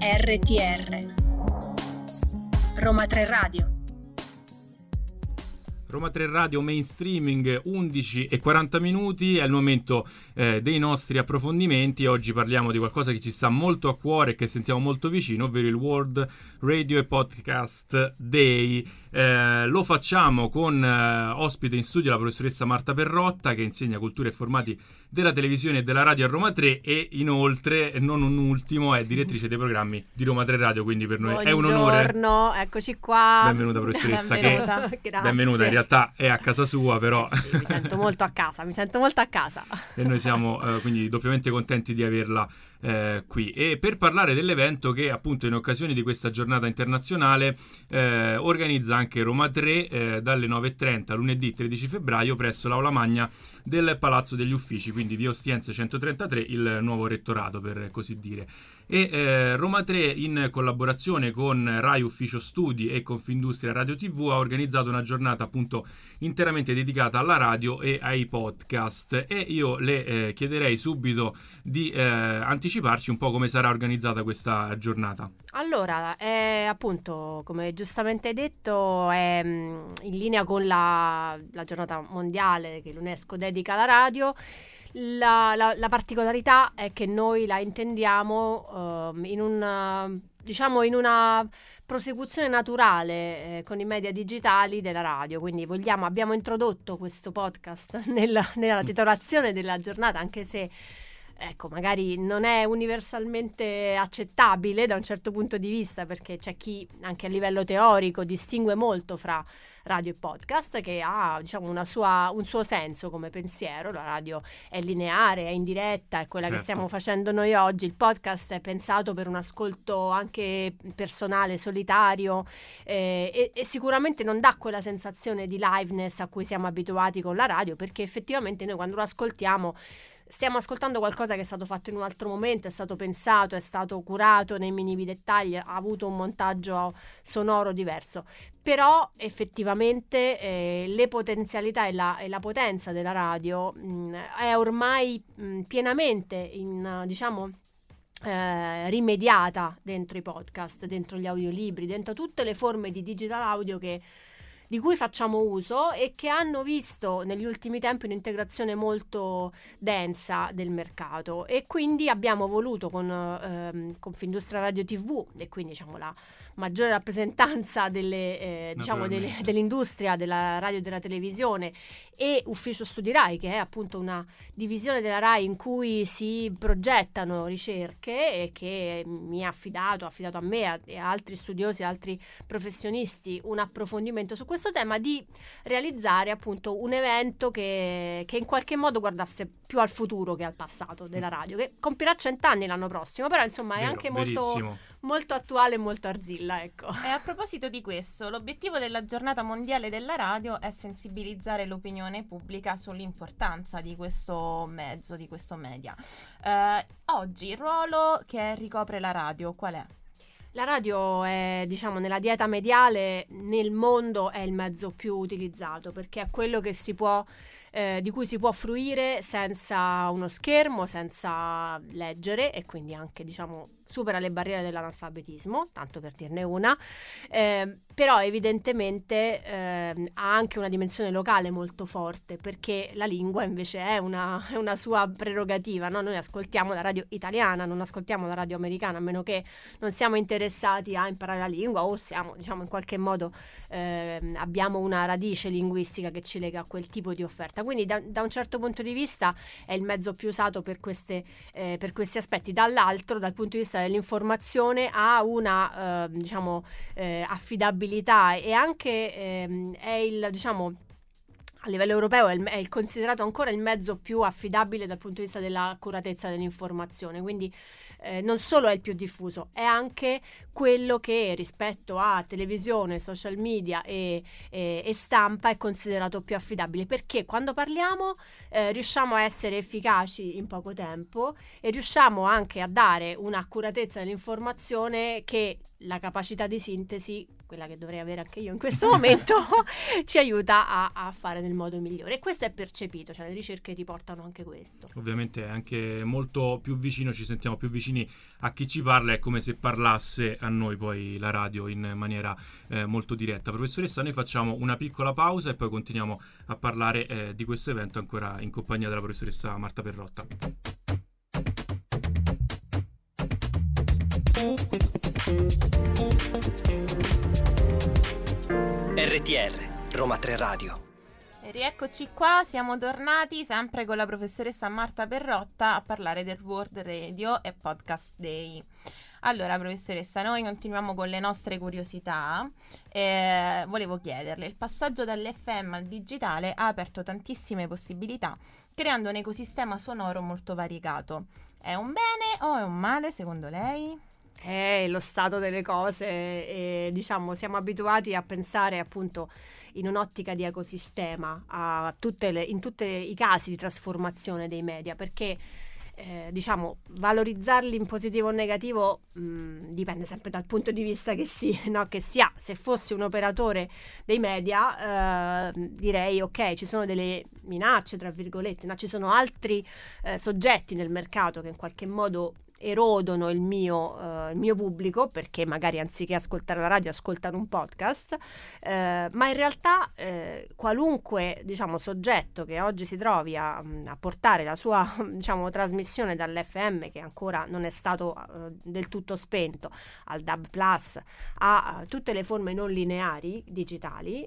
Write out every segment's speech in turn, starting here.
RTR Roma 3 Radio. Roma 3 Radio Mainstreaming, 11:40, è il momento dei nostri approfondimenti. Oggi parliamo di qualcosa che ci sta molto a cuore e che sentiamo molto vicino, ovvero il World Radio e Podcast Day. Lo facciamo con ospite in studio la professoressa Marta Perrotta, che insegna cultura e formati della televisione e della radio a Roma 3 e inoltre, non un ultimo, è direttrice dei programmi di Roma 3 Radio, quindi per noi è un onore. Buongiorno, eccoci qua. Benvenuta professoressa. Benvenuta. Benvenuta, in realtà è a casa sua, però sì, mi sento molto a casa, e noi siamo quindi doppiamente contenti di averla qui, e per parlare dell'evento che appunto in occasione di questa giornata internazionale organizza anche Roma 3 dalle 9:30 lunedì 13 febbraio presso l'Aula Magna del Palazzo degli Uffici, quindi via Ostiense 133, il nuovo rettorato per così dire. E Roma 3, in collaborazione con Rai Ufficio Studi e Confindustria Radio TV, ha organizzato una giornata appunto interamente dedicata alla radio e ai podcast, e io le chiederei subito di anticiparci un po' come sarà organizzata questa giornata. Allora, appunto, come giustamente hai detto, è in linea con la giornata mondiale che l'UNESCO dedica alla radio. La particolarità è che noi la intendiamo in una prosecuzione naturale con i media digitali della radio, quindi abbiamo introdotto questo podcast nella titolazione della giornata, anche se magari non è universalmente accettabile da un certo punto di vista, perché c'è chi anche a livello teorico distingue molto fra radio e podcast, che ha un suo senso come pensiero. La radio è lineare, è in diretta, è quella che stiamo facendo noi oggi. Il podcast è pensato per un ascolto anche personale, solitario, e sicuramente non dà quella sensazione di liveness a cui siamo abituati con la radio, perché effettivamente noi quando lo ascoltiamo stiamo ascoltando qualcosa che è stato fatto in un altro momento, è stato pensato, è stato curato nei minimi dettagli, ha avuto un montaggio sonoro diverso. Però effettivamente le potenzialità e la potenza della radio è ormai pienamente rimediata dentro i podcast, dentro gli audiolibri, dentro tutte le forme di digital audio di cui facciamo uso e che hanno visto negli ultimi tempi un'integrazione molto densa del mercato. E quindi abbiamo voluto con Confindustria Radio TV, e quindi la maggiore rappresentanza dell'industria della radio e della televisione, e Ufficio Studi Rai, che è appunto una divisione della Rai in cui si progettano ricerche, e che mi ha affidato a me e a altri studiosi, altri professionisti, un approfondimento su questo tema, di realizzare appunto un evento che in qualche modo guardasse più al futuro che al passato della radio, che compirà 100 anni l'anno prossimo, però insomma è anche molto attuale e molto arzilla, ecco. E a proposito di questo, l'obiettivo della giornata mondiale della radio è sensibilizzare l'opinione pubblica sull'importanza di questo mezzo, di questo media. Oggi il ruolo che ricopre la radio qual è? La radio è, nella dieta mediale nel mondo è il mezzo più utilizzato, perché è quello che di cui si può fruire senza uno schermo, senza leggere, e quindi anche supera le barriere dell'analfabetismo, tanto per dirne una, però evidentemente ha anche una dimensione locale molto forte, perché la lingua invece è una sua prerogativa, no? Noi ascoltiamo la radio italiana, non ascoltiamo la radio americana, a meno che non siamo interessati a imparare la lingua, o siamo in qualche modo abbiamo una radice linguistica che ci lega a quel tipo di offerta. Quindi da un certo punto di vista è il mezzo più usato per questi aspetti. Dall'altro, dal punto di vista dell'informazione, ha una affidabilità, e anche è a livello europeo è considerato ancora il mezzo più affidabile dal punto di vista dell'accuratezza dell'informazione. Quindi non solo è il più diffuso, è anche quello che rispetto a televisione, social media e stampa è considerato più affidabile, perché quando parliamo riusciamo a essere efficaci in poco tempo, e riusciamo anche a dare un'accuratezza dell'informazione che la capacità di sintesi, quella che dovrei avere anche io in questo momento, ci aiuta a fare nel nel modo migliore, e questo è percepito, cioè le ricerche riportano anche questo. Ovviamente è anche molto più vicino, ci sentiamo più vicini a chi ci parla, è come se parlasse a noi poi la radio in maniera molto diretta. Professoressa, noi facciamo una piccola pausa e poi continuiamo a parlare di questo evento ancora in compagnia della professoressa Marta Perrotta. RTR Roma 3 Radio. E rieccoci qua, siamo tornati sempre con la professoressa Marta Perrotta a parlare del World Radio e Podcast Day. Allora, professoressa, noi continuiamo con le nostre curiosità. Volevo chiederle, il passaggio dall'FM al digitale ha aperto tantissime possibilità, creando un ecosistema sonoro molto variegato. È un bene o è un male, secondo lei? È lo stato delle cose, e diciamo siamo abituati a pensare appunto in un'ottica di ecosistema in tutti i casi di trasformazione dei media, perché diciamo valorizzarli in positivo o negativo dipende sempre dal punto di vista che si ha. Se fossi un operatore dei media direi ok, ci sono delle minacce tra virgolette, no? Ci sono altri soggetti nel mercato che in qualche modo erodono il mio pubblico, perché magari anziché ascoltare la radio ascoltano un podcast, ma in realtà qualunque diciamo soggetto che oggi si trovi a portare la sua diciamo trasmissione dall'FM, che ancora non è stato del tutto spento, al DAB+, a tutte le forme non lineari digitali,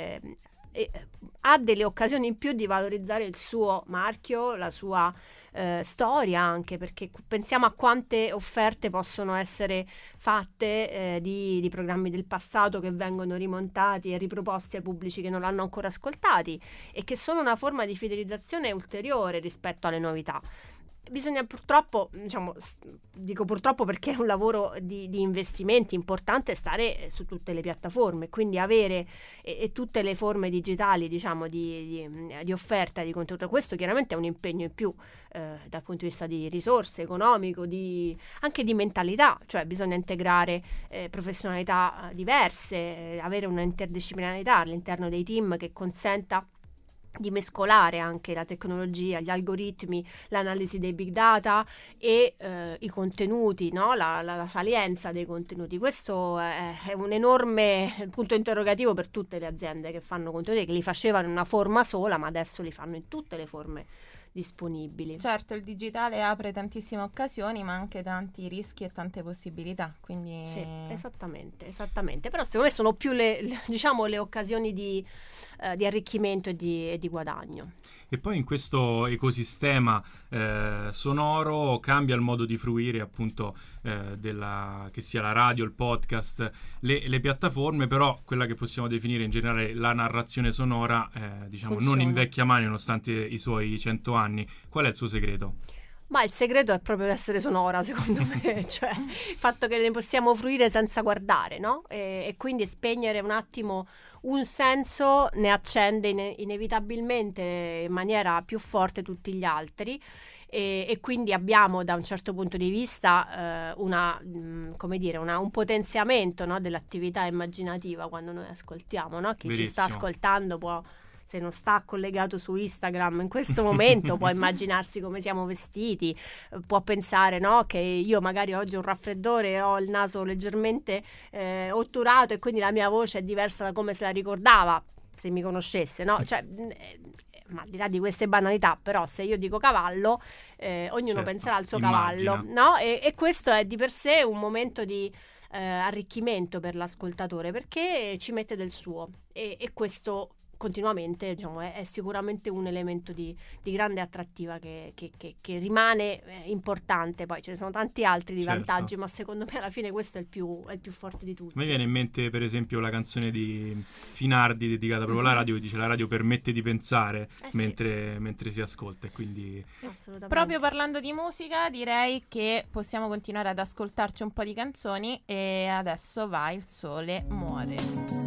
ha delle occasioni in più di valorizzare il suo marchio, la sua storia, anche perché pensiamo a quante offerte possono essere fatte di programmi del passato che vengono rimontati e riproposti ai pubblici che non l'hanno ancora ascoltati e che sono una forma di fidelizzazione ulteriore rispetto alle novità. Bisogna purtroppo, diciamo, dico purtroppo perché è un lavoro di investimenti importante, stare su tutte le piattaforme, quindi avere e tutte le forme digitali, diciamo, di offerta di contenuto. Questo chiaramente è un impegno in più dal punto di vista di risorse, economico, anche di mentalità, cioè bisogna integrare professionalità diverse, avere una interdisciplinarità all'interno dei team che consenta di mescolare anche la tecnologia, gli algoritmi, l'analisi dei big data e i contenuti, no? la salienza dei contenuti. Questo è un enorme punto interrogativo per tutte le aziende che fanno contenuti, che li facevano in una forma sola, ma adesso li fanno in tutte le forme disponibili. Certo, il digitale apre tantissime occasioni, ma anche tanti rischi e tante possibilità, quindi sì, esattamente. Però secondo me sono più le occasioni di arricchimento e di guadagno. E poi in questo ecosistema sonoro cambia il modo di fruire appunto che sia la radio, il podcast, le piattaforme, però quella che possiamo definire in generale la narrazione sonora diciamo funziona. Non invecchia mai nonostante i suoi 100 anni. Qual è il suo segreto? Ma il segreto è proprio essere sonora, secondo me, cioè il fatto che ne possiamo fruire senza guardare, no? E quindi spegnere un attimo un senso ne accende inevitabilmente in maniera più forte tutti gli altri, e quindi abbiamo da un certo punto di vista un potenziamento, no, dell'attività immaginativa quando noi ascoltiamo, no? Chi Verissimo. ci sta ascoltando può, se non sta collegato su Instagram in questo momento, può immaginarsi come siamo vestiti, può pensare, no, che io magari oggi ho un raffreddore e ho il naso leggermente otturato e quindi la mia voce è diversa da come se la ricordava se mi conoscesse, no? Cioè, ma al di là di queste banalità, però se io dico cavallo, ognuno certo, penserà al suo cavallo, no? E questo è di per sé un momento di arricchimento per l'ascoltatore, perché ci mette del suo, e questo continuamente, diciamo, è sicuramente un elemento di grande attrattiva che rimane importante. Poi ce ne sono tanti altri di vantaggi, ma secondo me alla fine questo è il più forte di tutti. Mi viene in mente per esempio la canzone di Finardi dedicata proprio alla radio, che dice: la radio permette di pensare mentre si ascolta, e quindi proprio parlando di musica direi che possiamo continuare ad ascoltarci un po' di canzoni, e adesso va Il sole muore.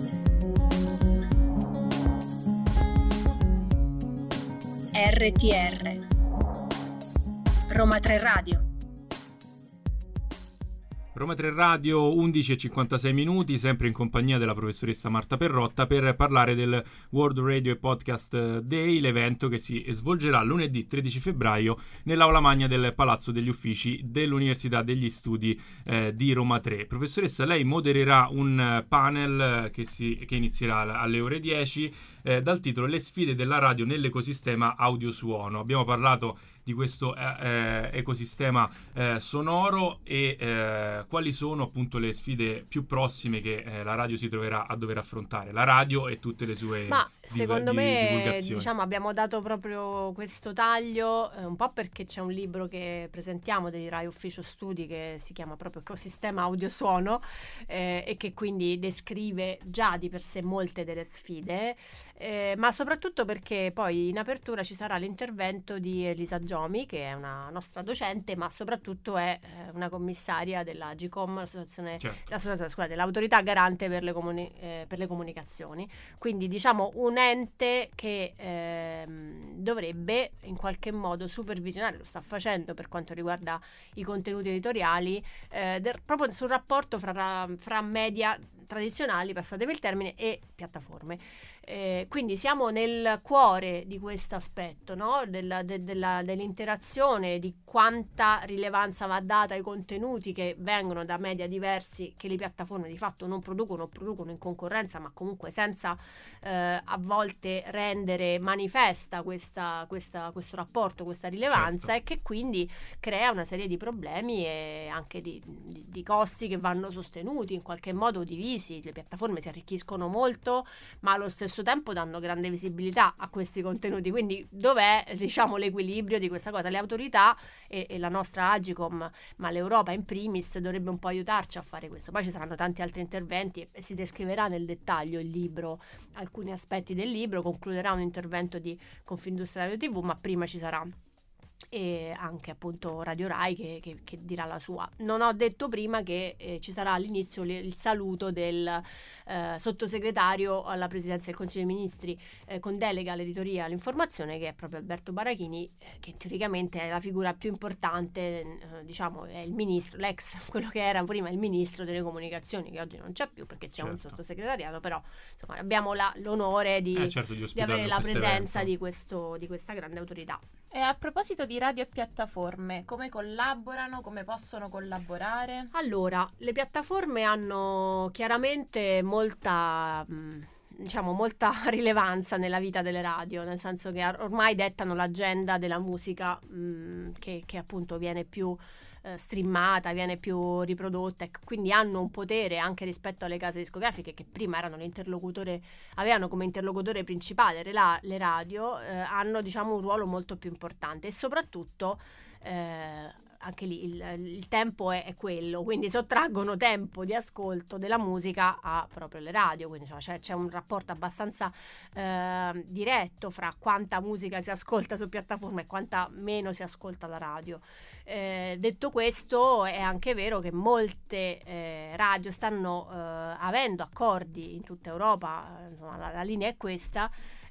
RTR Roma 3 Radio. Roma 3 Radio, 11:56 minuti, sempre in compagnia della professoressa Marta Perrotta per parlare del World Radio e Podcast Day, l'evento che si svolgerà lunedì 13 febbraio nell'aula magna del Palazzo degli Uffici dell'Università degli Studi di Roma 3. Professoressa, lei modererà un panel che inizierà alle ore 10 dal titolo Le sfide della radio nell'ecosistema audio-suono. Abbiamo parlato di questo ecosistema sonoro e quali sono appunto le sfide più prossime che la radio si troverà a dover affrontare, la radio e tutte le sue secondo me divulgazioni. Diciamo abbiamo dato proprio questo taglio un po' perché c'è un libro che presentiamo dei Rai Ufficio Studi che si chiama proprio Ecosistema Audio-Suono e che quindi descrive già di per sé molte delle sfide, ma soprattutto perché poi in apertura ci sarà l'intervento di Elisa Giomi, che è una nostra docente, ma soprattutto è una commissaria della GCOM, l'associazione dell'Autorità Garante per le Comunicazioni. Quindi diciamo un ente che dovrebbe in qualche modo supervisionare, lo sta facendo per quanto riguarda i contenuti editoriali, proprio sul rapporto fra media tradizionali, passatemi il termine, e piattaforme. Quindi siamo nel cuore di questo aspetto, no? Dell'interazione, di quanta rilevanza va data ai contenuti che vengono da media diversi, che le piattaforme di fatto non producono in concorrenza, ma comunque senza a volte rendere manifesta questo rapporto, questa rilevanza, certo. E che quindi crea una serie di problemi e anche di costi che vanno sostenuti, in qualche modo divisi. Le piattaforme si arricchiscono molto, ma allo stesso tempo danno grande visibilità a questi contenuti, quindi dov'è diciamo l'equilibrio di questa cosa? Le autorità e la nostra Agicom, ma l'Europa in primis, dovrebbe un po' aiutarci a fare questo. Poi ci saranno tanti altri interventi e si descriverà nel dettaglio il libro, alcuni aspetti del libro, concluderà un intervento di Confindustria Radio TV, ma prima ci sarà e anche appunto Radio Rai che dirà la sua. Non ho detto prima che ci sarà all'inizio il saluto del sottosegretario alla Presidenza del Consiglio dei Ministri con delega all'editoria e all'informazione, che è proprio Alberto Barachini, che teoricamente è la figura più importante, diciamo è il ministro, quello che era prima il ministro delle comunicazioni, che oggi non c'è più perché c'è un sottosegretariato, però insomma abbiamo l'onore di avere la presenza di questa grande autorità. E a proposito di radio e piattaforme, come collaborano, come possono collaborare? Allora, le piattaforme hanno chiaramente molta rilevanza nella vita delle radio, nel senso che ormai dettano l'agenda della musica che appunto viene più streamata, viene più riprodotta, e quindi hanno un potere anche rispetto alle case discografiche, che prima erano avevano come interlocutore principale le radio, hanno diciamo un ruolo molto più importante e soprattutto anche lì il tempo è quello, quindi sottraggono tempo di ascolto della musica a proprio le radio, quindi c'è un rapporto abbastanza diretto fra quanta musica si ascolta su piattaforma e quanta meno si ascolta alla radio. Detto questo, è anche vero che molte radio stanno avendo accordi in tutta Europa, insomma, la linea è questa.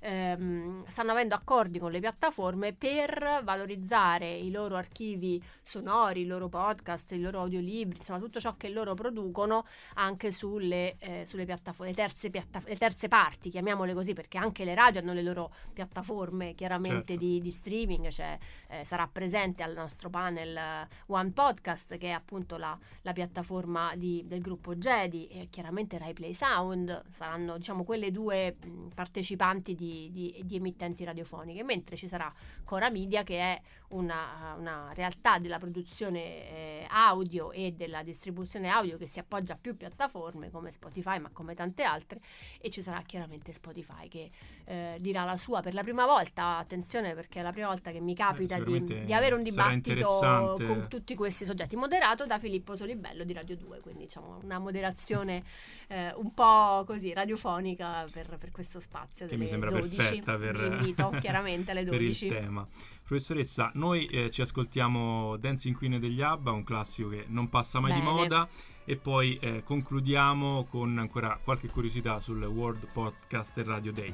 Stanno avendo accordi con le piattaforme per valorizzare i loro archivi sonori, i loro podcast, i loro audiolibri, insomma tutto ciò che loro producono anche sulle piattaforme, le terze parti, chiamiamole così, perché anche le radio hanno le loro piattaforme chiaramente, certo. di streaming. Sarà presente al nostro panel One Podcast, che è appunto la piattaforma del gruppo Jedi, e chiaramente Rai Play Sound saranno diciamo quelle due partecipanti di emittenti radiofoniche, mentre ci sarà Cora Media, che è una realtà della produzione audio e della distribuzione audio che si appoggia a più piattaforme come Spotify, ma come tante altre, e ci sarà chiaramente Spotify che dirà la sua per la prima volta. Attenzione, perché è la prima volta che mi capita di avere un dibattito con tutti questi soggetti, moderato da Filippo Solibello di Radio 2, quindi diciamo una moderazione un po' così radiofonica per questo spazio che mi sembra 12. Perfetta invito chiaramente alle 12 per il tema. Professoressa, noi ci ascoltiamo Dancing Queen degli ABBA, un classico che non passa mai di moda, e poi concludiamo con ancora qualche curiosità sul World Podcast Radio Day.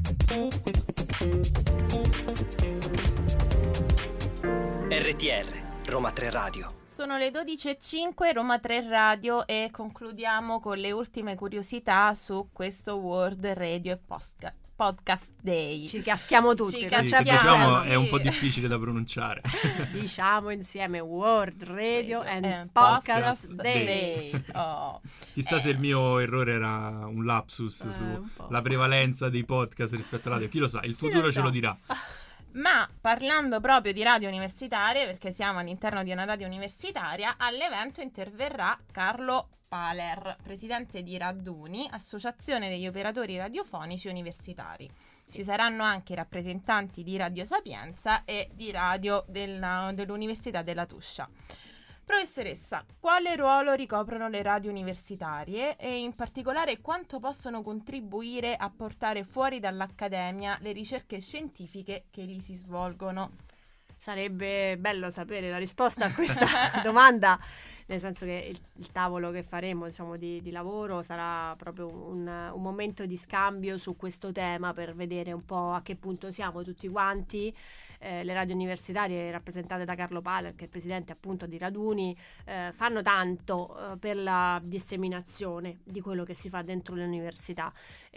RTR Roma 3 Radio. Sono le 12:05, Roma 3 Radio, e concludiamo con le ultime curiosità su questo World Radio e Podcast Day. Ci caschiamo tutti. Ci Sì, che caschiamo, diciamo sì. è un po' difficile da pronunciare. Diciamo insieme World Radio and and Podcast Podcast Day. Oh. Chissà se il mio errore era un lapsus un po'. sulla prevalenza dei podcast rispetto alla radio. Chi lo sa, il futuro lo ce lo sa. dirà. Ma parlando proprio di radio universitarie, perché siamo all'interno di una radio universitaria, all'evento interverrà Carlo Paler, presidente di Raduni, associazione degli operatori radiofonici universitari. Ci saranno anche i rappresentanti di Radio Sapienza e di radio dell'Università della Tuscia. Professoressa, quale ruolo ricoprono le radio universitarie e in particolare quanto possono contribuire a portare fuori dall'accademia le ricerche scientifiche che lì si svolgono? Sarebbe bello sapere la risposta a questa domanda, nel senso che il tavolo che faremo, diciamo, di lavoro sarà proprio un momento di scambio su questo tema per vedere un po' a che punto siamo tutti quanti. Le radio universitarie rappresentate da Carlo Paler, che è il presidente appunto di Raduni, fanno tanto per la disseminazione di quello che si fa dentro le università.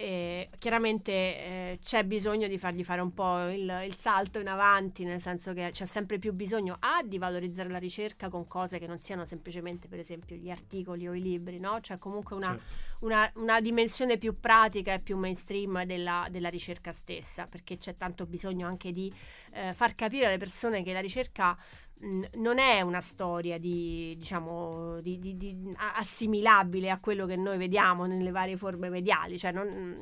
Chiaramente c'è bisogno di fargli fare un po' il salto in avanti, nel senso che c'è sempre più bisogno di valorizzare la ricerca con cose che non siano semplicemente, per esempio, gli articoli o i libri, no? C'è comunque una dimensione più pratica e più mainstream della ricerca stessa, perché c'è tanto bisogno anche di far capire alle persone che la ricerca non è una storia di assimilabile a quello che noi vediamo nelle varie forme mediali, cioè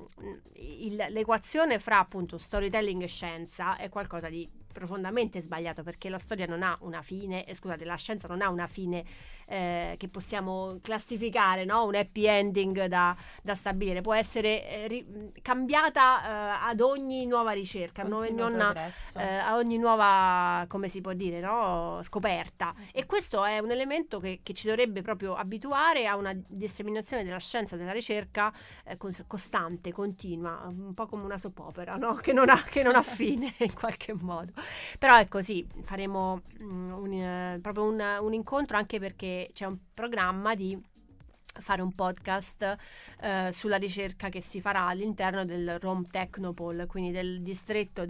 l'equazione fra appunto storytelling e scienza è qualcosa di profondamente sbagliato, perché la storia non ha una fine, la scienza non ha una fine che possiamo classificare, no? Un happy ending da stabilire, può essere cambiata ad ogni nuova ricerca, a ogni nuova, come si può dire, no? Scoperta, e questo è un elemento che ci dovrebbe proprio abituare a una disseminazione della scienza, della ricerca costante, continua, un po' come una soap opera, no? che non ha fine in qualche modo. Però è così, faremo proprio un incontro, anche perché c'è un programma di fare un podcast sulla ricerca che si farà all'interno del Rome Technopole, quindi del distretto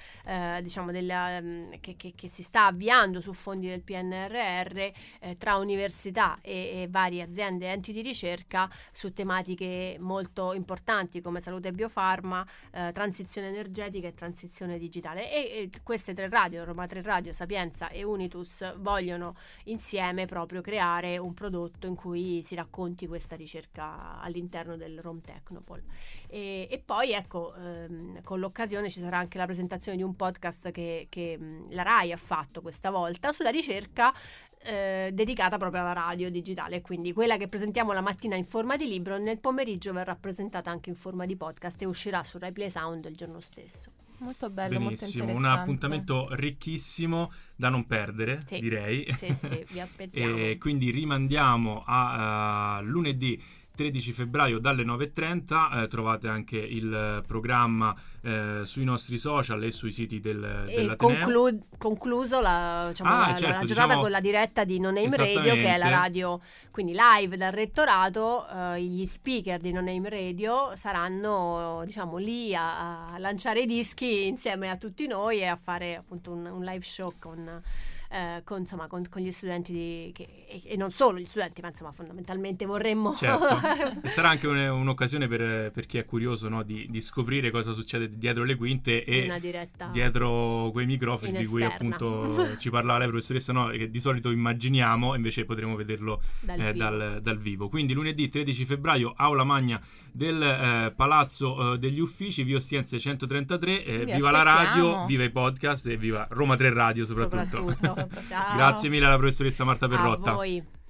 che si sta avviando su fondi del PNRR tra università e varie aziende e enti di ricerca su tematiche molto importanti come salute e biofarma, transizione energetica e transizione digitale, e queste tre radio, Roma 3 Radio, Sapienza e Unitus, vogliono insieme proprio creare un prodotto in cui si racconti questa ricerca all'interno del Rome Technopole. E poi ecco, con l'occasione ci sarà anche la presentazione di un podcast che la RAI ha fatto questa volta sulla ricerca dedicata proprio alla radio digitale, quindi quella che presentiamo la mattina in forma di libro nel pomeriggio verrà presentata anche in forma di podcast e uscirà su Rai Play Sound il giorno stesso. Molto bello, benissimo, molto un appuntamento ricchissimo da non perdere, sì, direi. Sì, vi aspettiamo. E quindi rimandiamo a lunedì 13 febbraio dalle 9:30, trovate anche il programma sui nostri social e sui siti dell'Ateneo. Concluso la giornata con la diretta di Non Name Radio, che è la radio quindi live dal rettorato. Gli speaker di Non Name Radio saranno, diciamo, lì a lanciare i dischi insieme a tutti noi e a fare appunto un live show con gli studenti e non solo gli studenti, ma insomma fondamentalmente vorremmo certo. Sarà anche un'occasione per chi è curioso, no, di scoprire cosa succede dietro le quinte e una diretta dietro quei microfoni di cui appunto ci parlava la professoressa, no, che di solito immaginiamo, invece potremo vederlo dal vivo. Quindi lunedì 13 febbraio, aula magna del Palazzo degli Uffici, via Ostiense 133. Viva la radio, viva i podcast e viva Roma 3 Radio soprattutto. Ciao. Grazie mille alla professoressa Marta Perrotta. A voi.